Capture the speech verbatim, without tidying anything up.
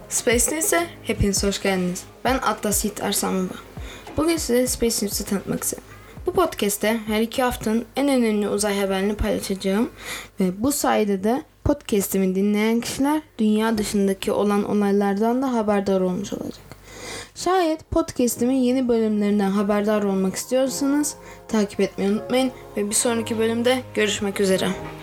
Space News'e hepiniz hoş geldiniz. Ben Atlas Yiğit Arslan Baba. Bugün size Space News'u tanıtmak istedim. Bu podcast'te her iki haftanın en önemli uzay haberini paylaşacağım ve bu sayede de podcast'imi dinleyen kişiler dünya dışındaki olan olaylardan da haberdar olmuş olacak. Şayet podcast'imin yeni bölümlerinden haberdar olmak istiyorsanız takip etmeyi unutmayın ve bir sonraki bölümde görüşmek üzere.